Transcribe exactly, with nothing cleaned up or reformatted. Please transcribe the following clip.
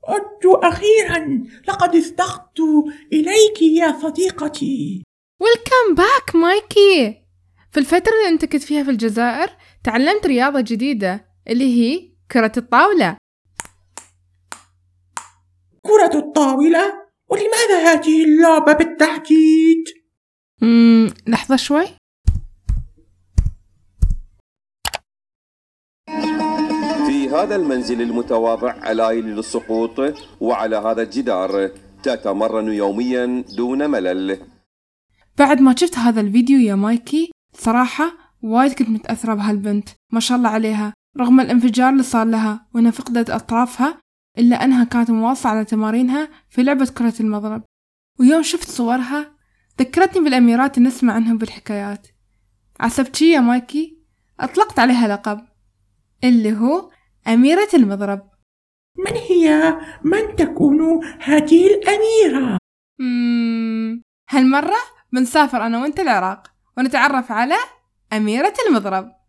عدت أخيرا، لقد اشتقت إليك يا صديقتي. ويلكم باك مايكي. في الفترة اللي أنت كنت فيها في الجزائر تعلمت رياضة جديدة اللي هي كرة الطاولة. كرة الطاولة؟ ولماذا هذه اللعبة بالتحديد؟ مم، لحظة شوي. في هذا المنزل المتواضع علائل للسقوط، وعلى هذا الجدار تتمرن يوميا دون ملل. بعد ما شفت هذا الفيديو يا مايكي صراحة وايد كنت متأثرة بهالبنت، ما شاء الله عليها، رغم الانفجار اللي صار لها وانها فقدت أطرافها إلا أنها كانت مواصلة على تمارينها في لعبة كرة المضرب. ويوم شفت صورها ذكرتني بالأميرات اللي نسمع عنهم بالحكايات. عصبتشي يا مايكي أطلقت عليها لقب اللي هو أميرة المضرب. من هي؟ من تكون هذه الأميرة؟ مم... هالمرة بنسافر أنا وانت العراق ونتعرف على أميرة المضرب.